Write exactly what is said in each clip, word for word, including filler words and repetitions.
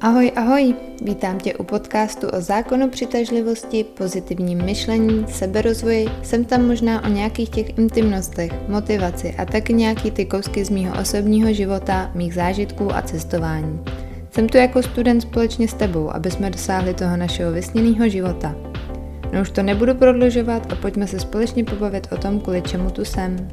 Ahoj, ahoj! Vítám tě u podcastu o zákonu přitažlivosti, pozitivním myšlení, seberozvoji, jsem tam možná o nějakých těch intimnostech, motivaci a taky nějaký ty kousky z mýho osobního života, mých zážitků a cestování. Jsem tu jako student společně s tebou, aby jsme dosáhli toho našeho vysněného života. No už to nebudu prodlužovat a pojďme se společně pobavit o tom, kvůli čemu tu jsem.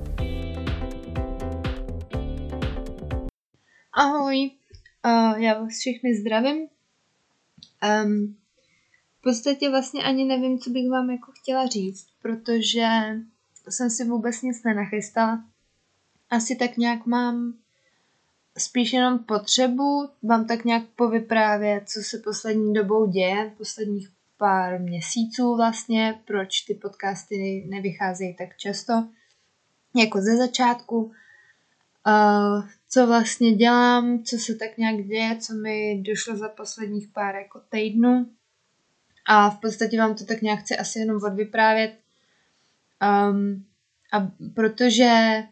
Ahoj! Uh, já vás všechny zdravím. Um, v podstatě vlastně ani nevím, co bych vám jako chtěla říct, protože jsem si vůbec nic nenachystala. Asi tak nějak mám spíš jenom potřebu vám tak nějak povyprávět, co se poslední dobou děje, posledních pár měsíců vlastně, proč ty podcasty nevycházejí tak často, jako ze začátku. Uh, co vlastně dělám, co se tak nějak děje, co mi došlo za posledních pár jako týdnů. A v podstatě vám to tak nějak chci asi jenom odvyprávět. Um, a protože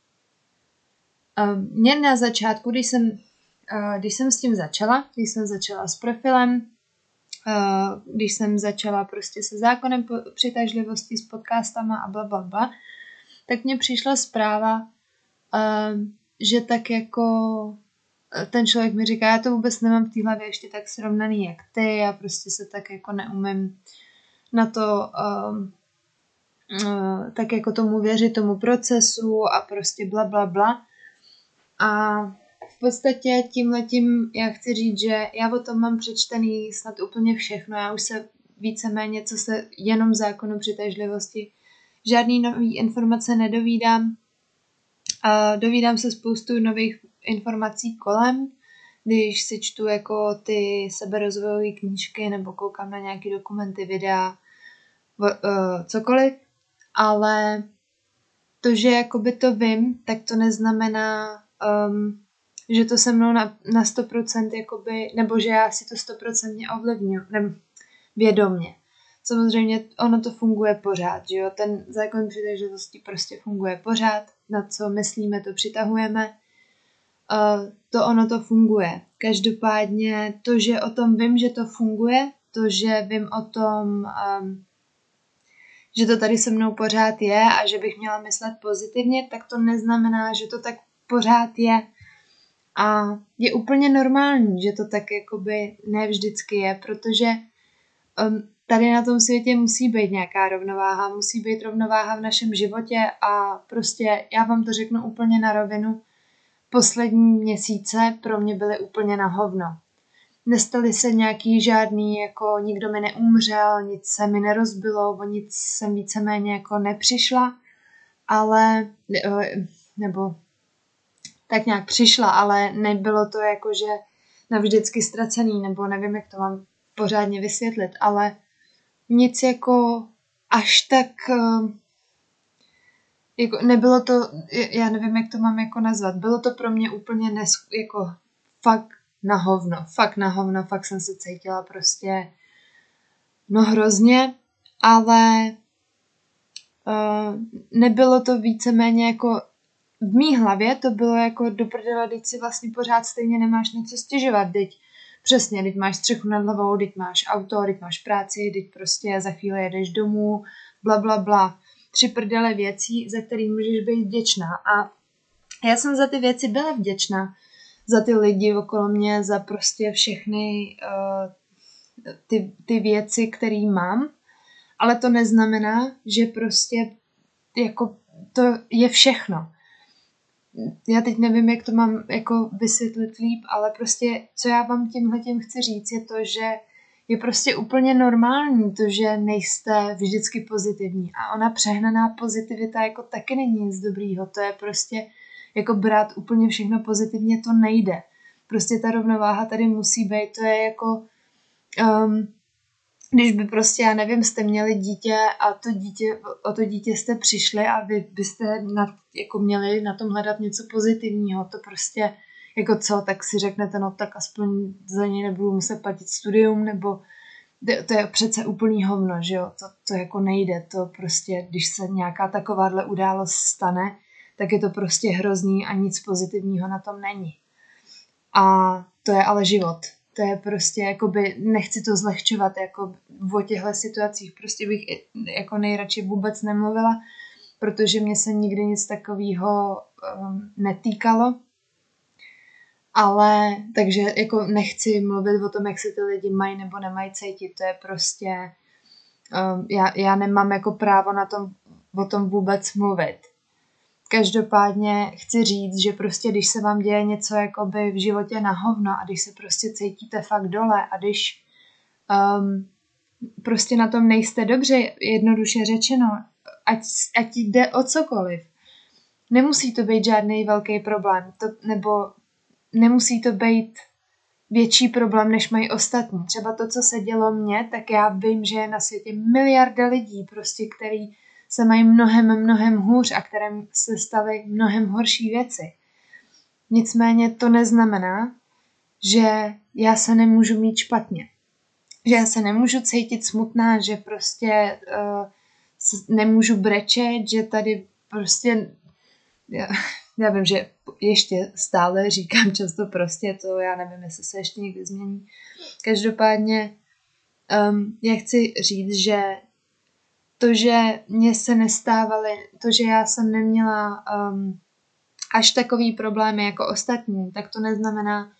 um, mě na začátku, když jsem, uh, když jsem s tím začala, když jsem začala s profilem, uh, když jsem začala prostě se zákonem přitažlivosti, s podcastama a bla, bla, bla, tak mně přišla zpráva, Uh, že tak jako ten člověk mi říká, já to vůbec nemám v té hlavě ještě tak srovnaný jak ty, já prostě se tak jako neumím na to uh, uh, tak jako tomu věřit, tomu procesu a prostě bla, bla, bla. A v podstatě tímhletím já chci říct, že já o tom mám přečtený snad úplně všechno, já už se víceméně, co se jenom zákonu přitažlivosti, žádný nový informace nedovídám. A dovídám se spoustu nových informací kolem, když si čtu jako ty seberozvojové knížky nebo koukám na nějaké dokumenty, videa, uh, cokoliv, ale to, že jakoby to vím, tak to neznamená, um, že to se mnou na, na sto procent jakoby, nebo že já si to sto procent ovlivňuji, nebo vědomě. Samozřejmě ono to funguje pořád, že jo, ten zákon přitažlivosti prostě funguje pořád, na co myslíme, to přitahujeme, uh, to ono to funguje. Každopádně to, že o tom vím, že to funguje, to, že vím o tom, um, že to tady se mnou pořád je a že bych měla myslet pozitivně, tak to neznamená, že to tak pořád je. A je úplně normální, že to tak jakoby ne vždycky je, protože um, tady na tom světě musí být nějaká rovnováha, musí být rovnováha v našem životě a prostě já vám to řeknu úplně na rovinu. Poslední měsíce pro mě byly úplně na hovno. Nestaly se nějaký žádný, jako nikdo mi neumřel, nic se mi nerozbilo, o nic jsem víceméně jako nepřišla, ale, nebo tak nějak přišla, ale nebylo to jako, že navždycky ztracený, nebo nevím, jak to mám pořádně vysvětlit, ale nic jako až tak, jako nebylo to, já nevím, jak to mám jako nazvat, bylo to pro mě úplně nes, jako fakt na hovno, fakt na hovno, fakt jsem se cítila prostě no hrozně, ale uh, nebylo to víceméně jako v mý hlavě, to bylo jako do prdele, teď si vlastně pořád stejně nemáš na co stěžovat, teď přesně, teď máš střechu nad hlavou, teď máš auto, teď máš práci, teď prostě za chvíli jedeš domů, bla, bla, bla. Tři prdele věcí, za který můžeš být vděčná. A já jsem za ty věci byla vděčná. Za ty lidi okolo mě, za prostě všechny uh, ty, ty věci, které mám. Ale to neznamená, že prostě jako to je všechno. Já teď nevím, jak to mám jako vysvětlit líp, ale prostě, co já vám tímhletím chci říct, je to, že je prostě úplně normální to, že nejste vždycky pozitivní. A ona přehnaná pozitivita jako taky není nic dobrýho. To je prostě jako brát úplně všechno pozitivně, to nejde. Prostě ta rovnováha tady musí být, to je jako um, když by prostě, já nevím, jste měli dítě a to dítě, o to dítě jste přišli a vy byste na, jako měli na tom hledat něco pozitivního, to prostě jako co, tak si řeknete, no tak aspoň za něj nebudu muset platit studium, nebo to je přece úplný hovno, že jo, to, to jako nejde, to prostě, když se nějaká takováhle událost stane, tak je to prostě hrozný a nic pozitivního na tom není. A to je ale život. to je prostě, jakoby, nechci to zlehčovat, jako o těchto situacích prostě bych jako nejradši vůbec nemluvila, protože mě se nikdy nic takového um, netýkalo. Ale, takže jako nechci mluvit o tom, jak se ty lidi mají nebo nemají cítit, to je prostě, um, já, já nemám jako právo na tom, o tom vůbec mluvit. Každopádně chci říct, že prostě když se vám děje něco jakoby v životě na hovno a když se prostě cítíte fakt dole a když um, prostě na tom nejste dobře, jednoduše řečeno, ať, ať jde o cokoliv, nemusí to být žádný velký problém, to, nebo nemusí to být větší problém, než mají ostatní. Třeba to, co se dělo mně, tak já vím, že je na světě miliarda lidí, prostě, který se mají mnohem, mnohem hůř a kterým se staly mnohem horší věci. Nicméně to neznamená, že já se nemůžu mít špatně. Že já se nemůžu cítit smutná, že prostě uh, nemůžu brečet, že tady prostě... Já, já vím, že ještě stále říkám často prostě to, já nevím, jestli se ještě někdy změní. Každopádně um, já chci říct, že to, že mě se nestávaly, to, že já jsem neměla um, až takový problémy jako ostatní, tak to neznamená,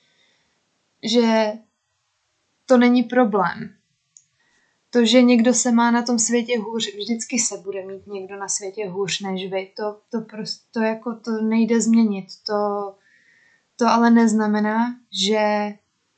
že to není problém. To, že někdo se má na tom světě hůř, vždycky se bude mít někdo na světě hůř než vy. To, to prostě to jako to nejde změnit. To, to ale neznamená, že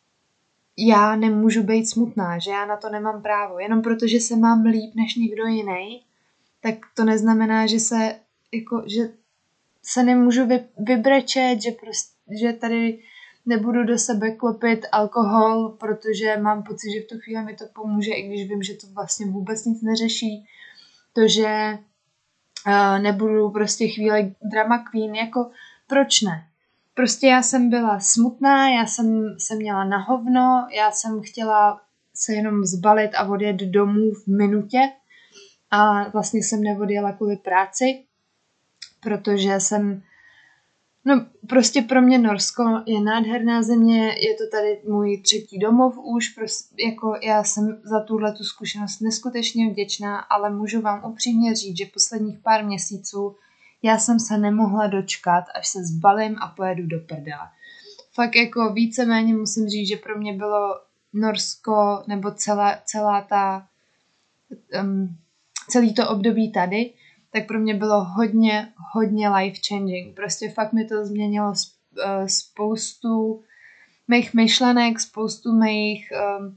já nemůžu být smutná, že já na to nemám právo. Jenom protože se mám líp než někdo jiný, tak to neznamená, že se, jako, že se nemůžu vy, vybrečet, že, prostě, že tady nebudu do sebe klopit alkohol, protože mám pocit, že v tu chvíli mi to pomůže, i když vím, že to vlastně vůbec nic neřeší. To, že uh, nebudu prostě chvíli drama queen, jako proč ne? Prostě já jsem byla smutná, já jsem se měla na hovno, já jsem chtěla se jenom zbalit a odjet domů v minutě a vlastně jsem neodjela kvůli práci, protože jsem, no prostě pro mě Norsko je nádherná země, je to tady můj třetí domov už, prostě jako já jsem za tuhletu zkušenost neskutečně vděčná, ale můžu vám upřímně říct, že posledních pár měsíců já jsem se nemohla dočkat, až se zbalím a pojedu do prdele. Fakt jako víceméně musím říct, že pro mě bylo Norsko nebo celá, celá ta, um, celý to období tady, tak pro mě bylo hodně, hodně life changing. Prostě fakt mi to změnilo uh, spoustu mých myšlenek, spoustu mých um,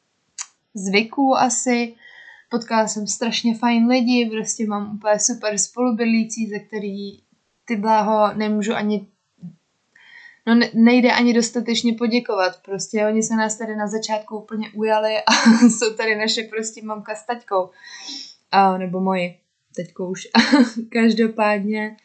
zvyků asi. Potkala jsem strašně fajn lidi, prostě mám úplně super spolubydlící, ze který ty bláho nemůžu ani, no nejde ani dostatečně poděkovat. Prostě oni se nás tady na začátku úplně ujali a jsou tady naše prostě mamka s taťkou. A, nebo moji, teďko už. Každopádně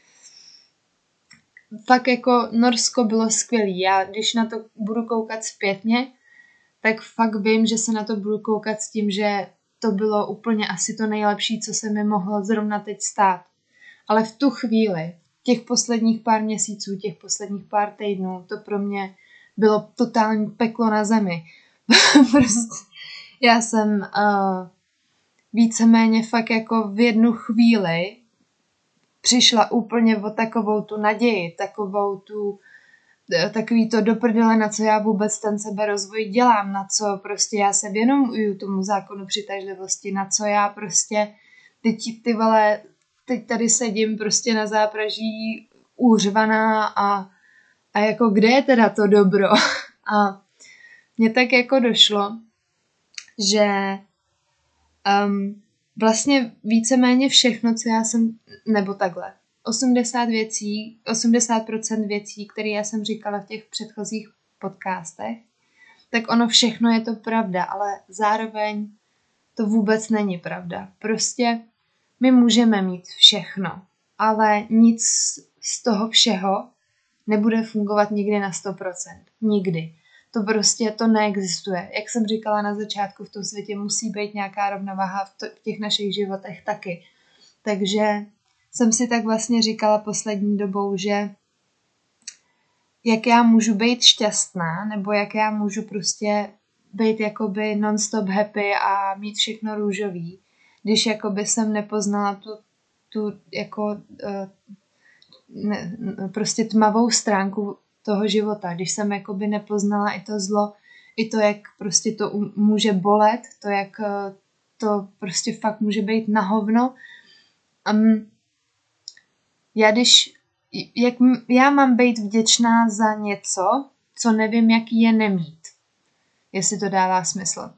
fakt jako Norsko bylo skvělý. Já když na to budu koukat zpětně, tak fakt vím, že se na to budu koukat s tím, že to bylo úplně asi to nejlepší, co se mi mohlo zrovna teď stát. Ale v tu chvíli, těch posledních pár měsíců, těch posledních pár týdnů, to pro mě bylo totální peklo na zemi. Prostě já jsem uh, víceméně fakt jako v jednu chvíli přišla úplně o takovou tu naději, takovou tu takový to do prdele, na co já vůbec ten seberozvoj dělám, na co prostě já se věnuju tomu zákonu přitažlivosti, na co já prostě teď ty vole, teď tady sedím prostě na zápraží úřvaná a, a jako kde je teda to dobro? A mně tak jako došlo, že um, vlastně víceméně všechno, co já jsem, nebo takhle, osmdesát věcí, osmdesát procent věcí, které já jsem říkala v těch předchozích podcastech, tak ono všechno je to pravda, ale zároveň to vůbec není pravda. Prostě my můžeme mít všechno, ale nic z toho všeho nebude fungovat nikdy na sto procent. Nikdy. To prostě to neexistuje. Jak jsem říkala na začátku, v tom světě musí být nějaká rovnováha v, to, v těch našich životech taky. Takže jsem si tak vlastně říkala poslední dobou, že jak já můžu být šťastná, nebo jak já můžu prostě být jakoby non-stop happy a mít všechno růžový, když jakoby jsem nepoznala tu, tu jako uh, ne, prostě tmavou stránku toho života, když jsem jakoby nepoznala i to zlo, i to, jak prostě to může bolet, to, jak to prostě fakt může být na hovno. Um, já když, jak já mám být vděčná za něco, co nevím, jaký je nemít. Jestli to dává smysl.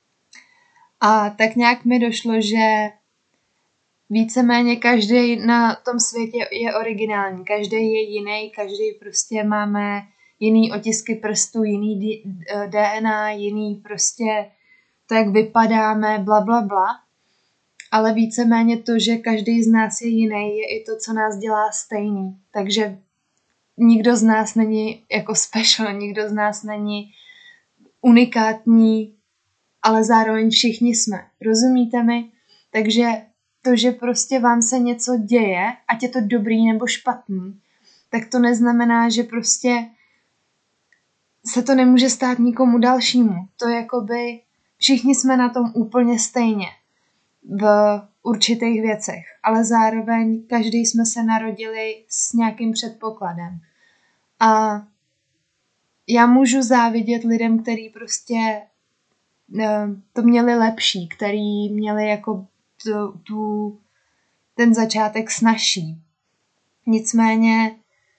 A tak nějak mi došlo, že víceméně každý na tom světě je originální. Každý je jiný, každý prostě máme jiný otisky prstů, jiný D N A, jiný prostě to, jak vypadáme, bla, bla, bla. Ale víceméně to, že každý z nás je jiný, je i to, co nás dělá stejný. Takže nikdo z nás není jako special, nikdo z nás není unikátní, ale zároveň všichni jsme. Rozumíte mi? Takže to, že prostě vám se něco děje, ať je to dobrý nebo špatný, tak to neznamená, že prostě se to nemůže stát nikomu dalšímu. To jakoby všichni jsme na tom úplně stejně v určitých věcech, ale zároveň každý jsme se narodili s nějakým předpokladem. A já můžu závidět lidem, který prostě to měli lepší, který měli jako tu, tu, ten začátek snazší. Nicméně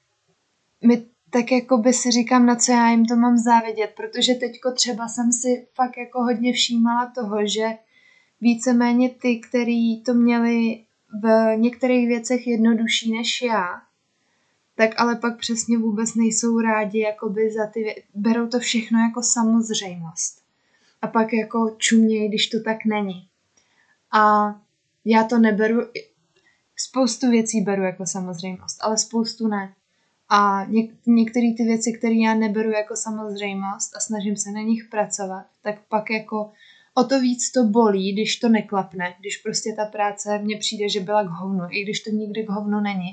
my tak jako by si říkám, na co já jim to mám závidět, protože teďko třeba jsem si fakt jako hodně všímala toho, že víceméně ty, který to měli v některých věcech jednodušší než já, tak ale pak přesně vůbec nejsou rádi jakoby za ty vě- berou to všechno jako samozřejmost. A pak jako čumějí, když to tak není. A já to neberu, spoustu věcí beru jako samozřejmost, ale spoustu ne. A něk- některé ty věci, které já neberu jako samozřejmost a snažím se na nich pracovat, tak pak jako o to víc to bolí, když to neklapne, když prostě ta práce mně přijde, že byla k hovnu, i když to nikdy k hovnu není.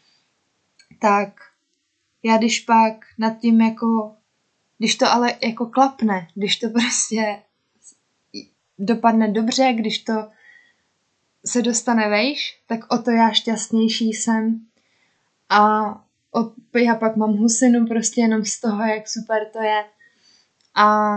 Tak já když pak nad tím jako, když to ale jako klapne, když to prostě dopadne dobře, když to se dostane vejš, tak o to já šťastnější jsem. A o, já pak mám husinu prostě jenom z toho, jak super to je. A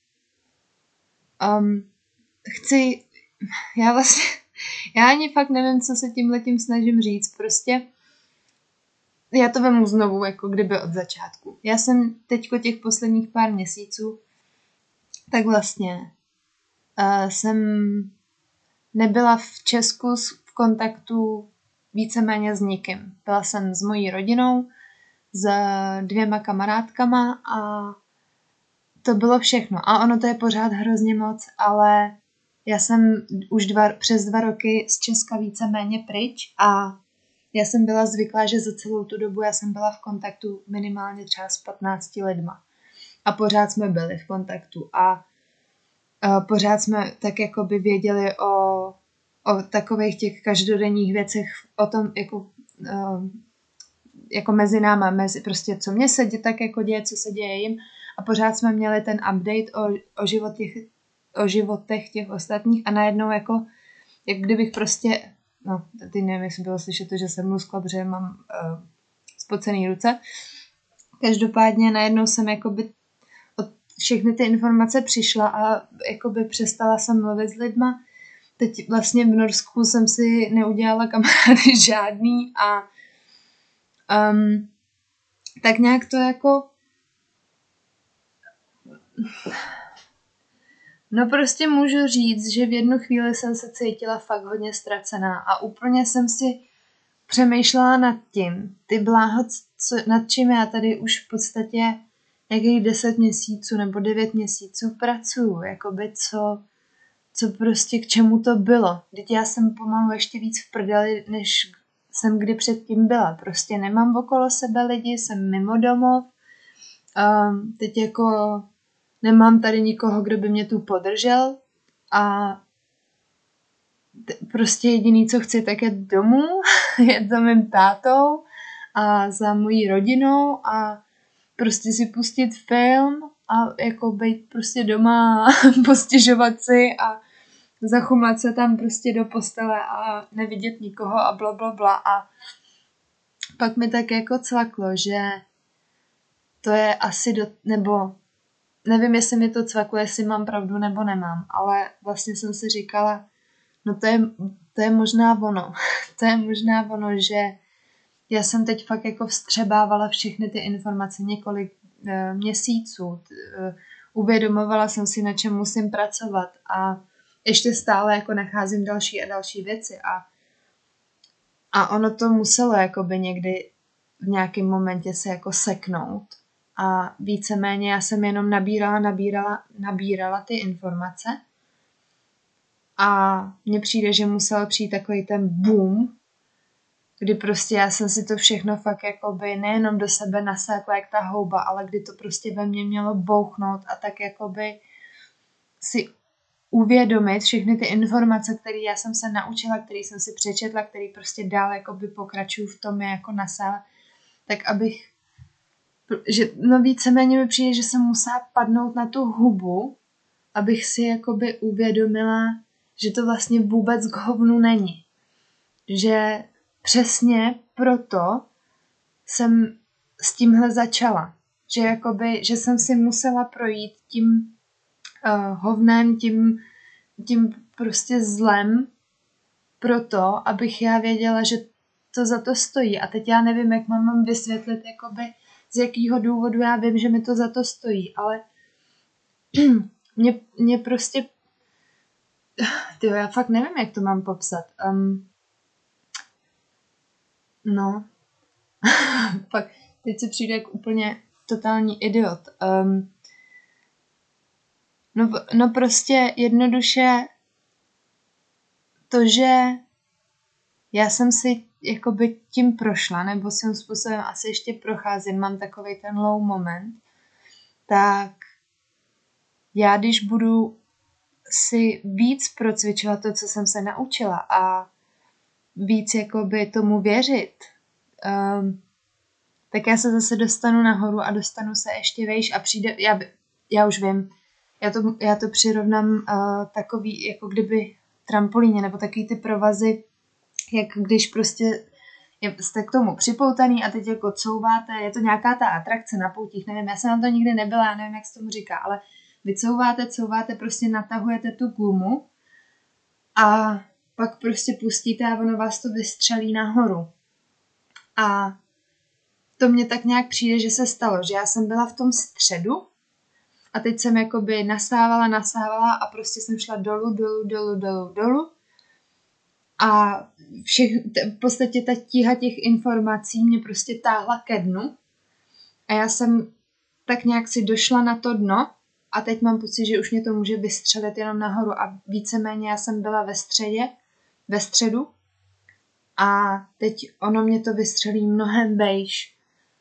um, chci, já vlastně, já ani fakt nevím, co se tímhletím snažím říct. Prostě já to vemu znovu, jako kdyby od začátku. Já jsem teďko těch posledních pár měsíců, tak vlastně uh, jsem nebyla v Česku v kontaktu víceméně s nikým. Byla jsem s mojí rodinou, s dvěma kamarádkama a to bylo všechno. A ono to je pořád hrozně moc, ale já jsem už dva, přes dva roky z Česka víceméně pryč a já jsem byla zvyklá, že za celou tu dobu já jsem byla v kontaktu minimálně třeba s patnácti lidma. A pořád jsme byli v kontaktu a uh, pořád jsme tak jako by věděli o, o takových těch každodenních věcech, o tom jako, uh, jako mezi náma, mezi prostě co mě se dě, tak jako děje, co se děje jim a pořád jsme měli ten update o, o, životech, o životech těch ostatních a najednou jako, jak kdybych prostě, no, ty nevím, jestli bylo slyšet to, že jsem luskla, protože mám uh, spocený ruce. Každopádně najednou jsem jakoby od všechny ty informace přišla a jakoby přestala jsem mluvit s lidma. Teď vlastně v Norsku jsem si neudělala kamarády žádný a um, tak nějak to jako no prostě můžu říct, že v jednu chvíli jsem se cítila fakt hodně ztracená a úplně jsem si přemýšlela nad tím, ty bláho, co, nad čím já tady už v podstatě nějakých deset měsíců nebo devět měsíců pracuju, jakoby co, co prostě k čemu to bylo. Teď já jsem pomalu ještě víc v prdeli, než jsem kdy předtím byla. Prostě nemám okolo sebe lidi, jsem mimo domov. Um, teď jako nemám tady nikoho, kdo by mě tu podržel a t- prostě jediný, co chci, tak je domů, jet za mým tátou a za mojí rodinou a prostě si pustit film a jako být prostě doma a postěžovat si a zachumat se tam prostě do postele a nevidět nikoho a bla, bla, bla. A pak mi tak jako cvaklo, že to je asi do, nebo nevím, jestli mi to cvaklo, jestli mám pravdu nebo nemám, ale vlastně jsem si říkala, no to je, to je možná ono, to je možná ono, že já jsem teď fakt jako vstřebávala všechny ty informace několik e, měsíců, e, uvědomovala jsem si, na čem musím pracovat a ještě stále jako nacházím další a další věci a, a ono to muselo jakoby někdy v nějakém momentě se jako seknout a víceméně já jsem jenom nabírala, nabírala, nabírala ty informace a mně přijde, že musel přijít takový ten boom, kdy prostě já jsem si to všechno fakt jakoby nejenom do sebe nasákla jak ta houba, ale kdy to prostě ve mně mělo bouchnout a tak jakoby si uvědomit všechny ty informace, které já jsem se naučila, které jsem si přečetla, které prostě dál jakoby pokračuju v tom, je jako nasála, tak abych, že no víceméně mi přijde, že jsem musela padnout na tu hubu, abych si jakoby uvědomila, že to vlastně vůbec k hovnu není. Že přesně proto jsem s tímhle začala. Že jakoby, že jsem si musela projít tím uh, hovnem, tím, tím prostě zlem proto, abych já věděla, že to za to stojí. A teď já nevím, jak mám vysvětlit, jakoby, z jakého důvodu já vím, že mi to za to stojí, ale mě, mě prostě tyjo, já fakt nevím, jak to mám popsat. Um, no. Fakt, teď se přijde jako úplně totální idiot. Um, no, no prostě jednoduše to, že já jsem si jakoby tím prošla, nebo svým způsobem asi ještě procházím, mám takovej ten low moment, tak já když budu si víc procvičovat to, co jsem se naučila a víc jakoby tomu věřit, um, tak já se zase dostanu nahoru a dostanu se ještě vejš a přijde, já, já už vím, já to, já to přirovnám uh, takový, jako kdyby trampolíně, nebo takový ty provazy, jak když prostě jste k tomu připoutaný a teď jako couváte, je to nějaká ta atrakce na poutích, nevím, já jsem na to nikdy nebyla, já nevím, jak se tomu říká, ale vy couváte, couváte, prostě natahujete tu gumu a pak prostě pustíte a ono vás to vystřelí nahoru. A to mně tak nějak přijde, že se stalo, že já jsem byla v tom středu a teď jsem jakoby nasávala, nasávala a prostě jsem šla dolů, dolů, dolů, dolů, dolů a všech, v podstatě ta tíha těch informací mě prostě táhla ke dnu a já jsem tak nějak si došla na to dno a teď mám pocit, že už mě to může vystřelit jenom nahoru a víceméně já jsem byla ve středě, ve středu a teď ono mě to vystřelí mnohem vejš.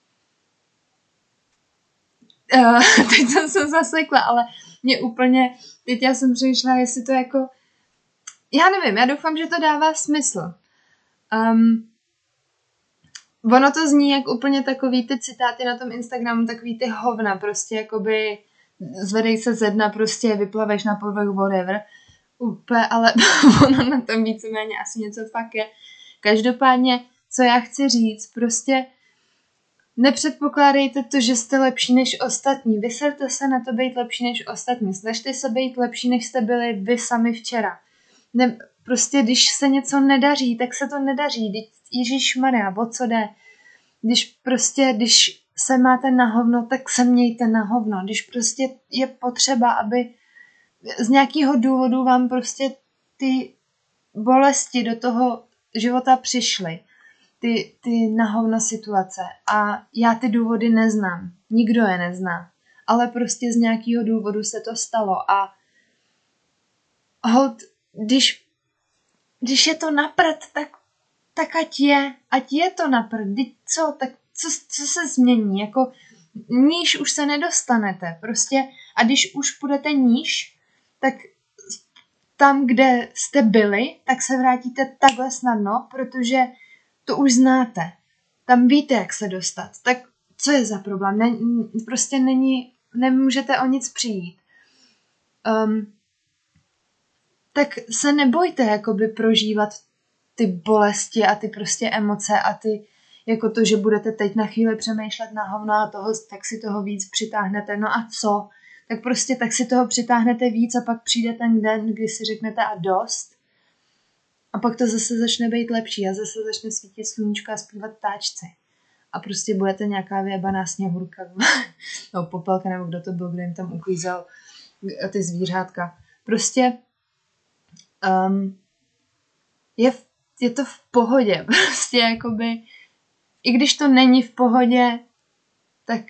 Uh, teď jsem se zasekla, ale mě úplně, teď já jsem přemýšlela, jestli to jako, já nevím, já doufám, že to dává smysl. Um, ono to zní jak úplně takový ty citáty na tom Instagramu, takový ty hovna, prostě jakoby zvedej se ze dna, prostě vyplaveš na povrch, whatever. Úplně, ale ono na tom víceméně asi něco fakt je. Každopádně, co já chci říct, prostě nepředpokládejte to, že jste lepší než ostatní. Vyserte se na to být lepší než ostatní. Snažte se být lepší, než jste byli vy sami včera. Ne, prostě když se něco nedaří, tak se to nedaří. Ježišmarja, o co jde? Když prostě, když se máte na hovno, tak se mějte na hovno. Když prostě je potřeba, aby z nějakého důvodu vám prostě ty bolesti do toho života přišly. Ty, ty na hovno situace. A já ty důvody neznám. Nikdo je nezná. Ale prostě z nějakého důvodu se to stalo. A hold, když, když je to na prd, tak, tak ať je. Ať je to na prd. Co? Tak co, co se změní? Jako níž už se nedostanete. Prostě. A když už půjdete níž, tak tam, kde jste byli, tak se vrátíte takhle snadno, protože to už znáte. Tam víte, jak se dostat. Tak co je za problém? Ne, prostě není, nemůžete o nic přijít. Um, tak se nebojte jakoby prožívat ty bolesti a ty prostě emoce a ty jako to, že budete teď na chvíli přemýšlet na hovno a toho, tak si toho víc přitáhnete. No a co? Tak prostě tak si toho přitáhnete víc a pak přijde ten den, kdy si řeknete a dost. A pak to zase začne být lepší a zase začne svítit sluníčko a zpívat ptáčci. A prostě budete nějaká vyjebaná sněhurka. No popelka nebo kdo to byl, kdo jim tam uklízel ty zvířátka. Prostě um, je, v, je to v pohodě. Prostě jakoby i když to není v pohodě, tak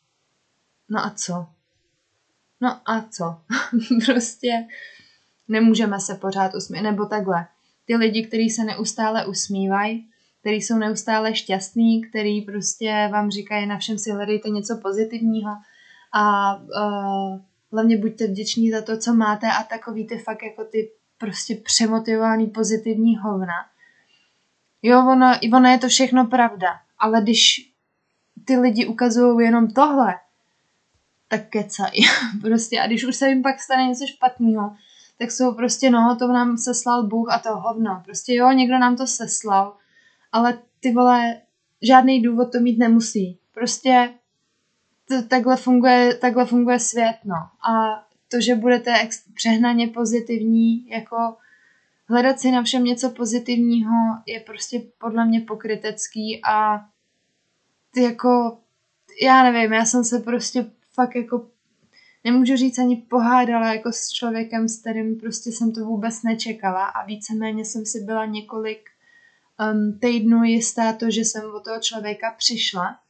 no a co? No a co? Prostě nemůžeme se pořád usmívat. Nebo takhle. Ty lidi, kteří se neustále usmívají, kteří jsou neustále šťastní, kteří prostě vám říkají na všem si hledejte něco pozitivního a uh, hlavně buďte vděční za to, co máte a takový ty fakt jako ty prostě přemotivovaný pozitivní hovna. Jo, ono, ono je to všechno pravda, ale když ty lidi ukazují jenom tohle, tak kecají. Prostě a když už se jim pak stane něco špatného, tak jsou prostě no, to nám seslal Bůh a to hovno. Prostě jo, někdo nám to seslal, ale ty vole, žádný důvod to mít nemusí. Prostě to, takhle, funguje, takhle funguje svět, no. A to, že budete ex- přehnaně pozitivní, jako hledat si na všem něco pozitivního, je prostě podle mě pokrytecký a ty jako, já nevím, já jsem se prostě fakt jako, nemůžu říct ani pohádala jako s člověkem, s kterým prostě jsem to vůbec nečekala a víceméně jsem si byla několik um, týdnů jistá to, že jsem od toho člověka přišla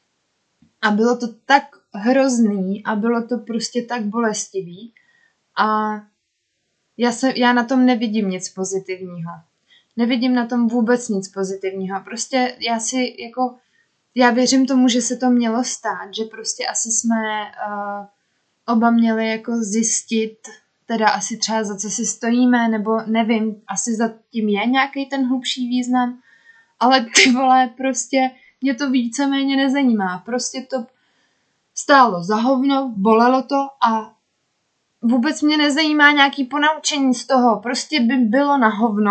a bylo to tak hrozný a bylo to prostě tak bolestivý a já, se, já na tom nevidím nic pozitivního. Nevidím na tom vůbec nic pozitivního. Prostě já si jako, já věřím tomu, že se to mělo stát, že prostě asi jsme uh, oba měli jako zjistit, teda asi třeba za co si stojíme, nebo nevím, asi za tím je nějaký ten hlubší význam, ale ty vole, prostě mě to víceméně nezajímá. Prostě to stálo za hovno, bolelo to a vůbec mě nezajímá nějaký ponaučení z toho. Prostě by bylo na hovno.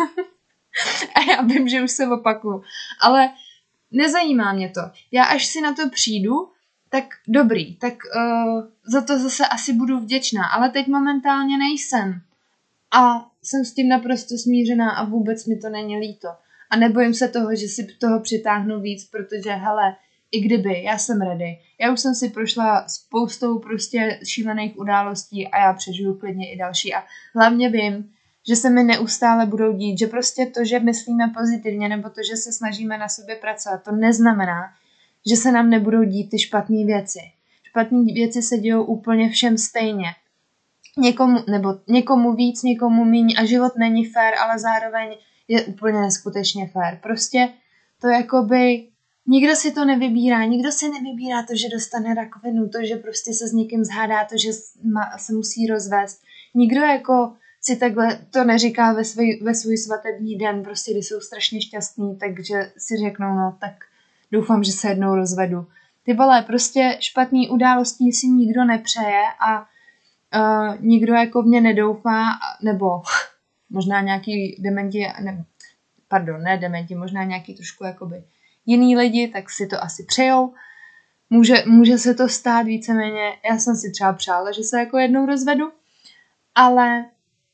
A já vím, že už se opakuju. Ale nezajímá mě to. Já až si na to přijdu, tak dobrý, tak uh, za to zase asi budu vděčná, ale teď momentálně nejsem. A jsem s tím naprosto smířená a vůbec mi to není líto. A nebojím se toho, že si toho přitáhnu víc, protože hele, i kdyby, já jsem ready. Já už jsem si prošla spoustou prostě šílených událostí a já přežiju klidně i další. A hlavně vím, že se mi neustále budou dít, že prostě to, že myslíme pozitivně nebo to, že se snažíme na sobě pracovat, to neznamená, že se nám nebudou dít ty špatné věci. Špatné věci se dějou úplně všem stejně. Někomu, nebo někomu víc, někomu míň a život není fér, ale zároveň je úplně neskutečně fér. Prostě to jakoby, nikdo si to nevybírá, nikdo si nevybírá to, že dostane rakovinu, to, že prostě se s někým zhádá, to, že se musí rozvést. Nikdo jako si takhle to neříká ve svůj, ve svůj svatební den, prostě když jsou strašně šťastní, takže si řeknou, no tak doufám, že se jednou rozvedu. Ty vole, prostě špatný událostí si nikdo nepřeje a uh, nikdo jako v ně nedoufá, nebo možná nějaký dementi, ne, pardon, ne dementi, možná nějaký trošku jakoby jiný lidi, tak si to asi přejou. Může, může se to stát víceméně, já jsem si třeba přála, že se jako jednou rozvedu, ale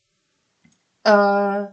uh,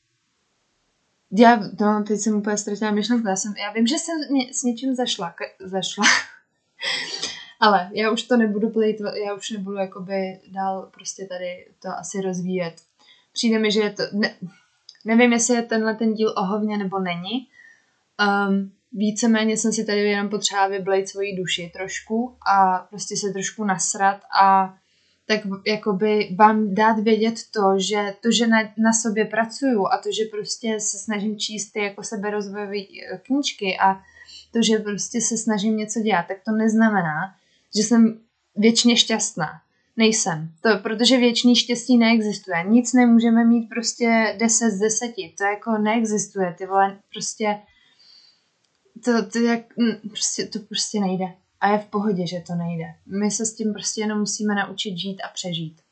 já, no, teď jsem úplně ztratila myšlenku, já, jsem, já vím, že jsem ně, s něčím zašla, k, zašla. Ale já už to nebudu plejt, já už nebudu jakoby dál prostě tady to asi rozvíjet. Přijde mi, že je to, ne, nevím, jestli je tenhle ten díl o hovně nebo není. Um, víceméně jsem si tady jenom potřeba vyblejt svoji duši trošku a prostě se trošku nasrat a tak jakoby vám dát vědět to, že to, že na, na sobě pracuju a to, že prostě se snažím číst ty jako seberozvojové knížky a to, že prostě se snažím něco dělat, tak to neznamená, že jsem věčně šťastná. Nejsem. To, protože věčný štěstí neexistuje. Nic nemůžeme mít prostě deset z deseti. To jako neexistuje. Ty vole, prostě to, to, jak, prostě, to prostě nejde. A je v pohodě, že to nejde. My se s tím prostě jenom musíme naučit žít a přežít.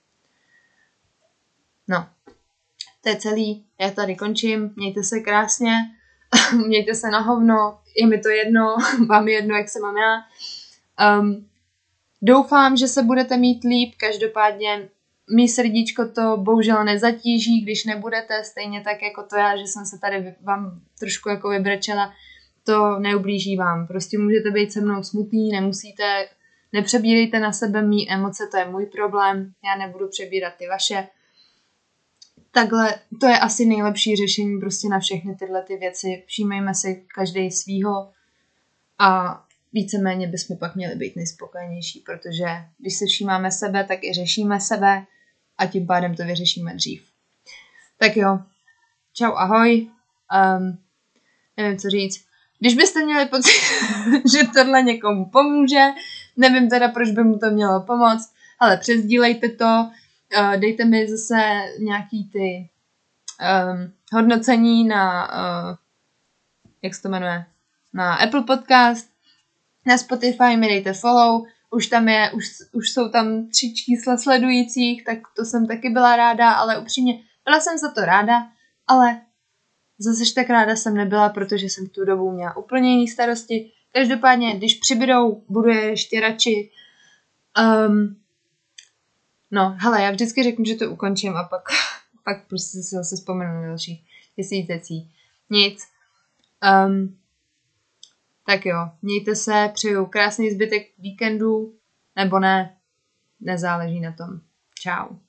No, to je celý. Já tady končím. Mějte se krásně. Mějte se na hovno. Je mi to jedno. Vám je jedno, jak se mám já. Um, doufám, že se budete mít líp. Každopádně mý srdíčko to bohužel nezatíží, když nebudete. Stejně tak jako to já, že jsem se tady vám trošku jako vybrečela. To neublíží vám. Prostě můžete být se mnou smutný, nemusíte, nepřebírejte na sebe mý emoce, to je můj problém, já nebudu přebírat ty vaše. Takhle, to je asi nejlepší řešení prostě na všechny tyhle ty věci. Všímejme si každý svýho a víceméně bychom pak měli být nejspokojenější, protože když se všímáme sebe, tak i řešíme sebe a tím pádem to vyřešíme dřív. Tak jo, čau, ahoj, um, nevím co říct. Když byste měli pocit, že tohle někomu pomůže, nevím teda, proč by mu to mělo pomoct, ale přesdílejte to, dejte mi zase nějaký ty um, hodnocení na, uh, jak se to jmenuje, na Apple Podcast, na Spotify mi dejte follow, už tam je, už, už jsou tam tři čísla sledujících, tak to jsem taky byla ráda, ale upřímně, byla jsem za to ráda, ale zase tak ráda jsem nebyla, protože jsem v tu dobu měla úplně jiný starosti. Každopádně, když přibydou, budu je ještě radši. Um, no, hele, já vždycky řeknu, že to ukončím a pak, pak prostě si zase vzpomenu na dalších tisíc věcí. Nic. Um, tak jo, mějte se, přeju krásný zbytek víkendu, nebo ne, nezáleží na tom. Čau.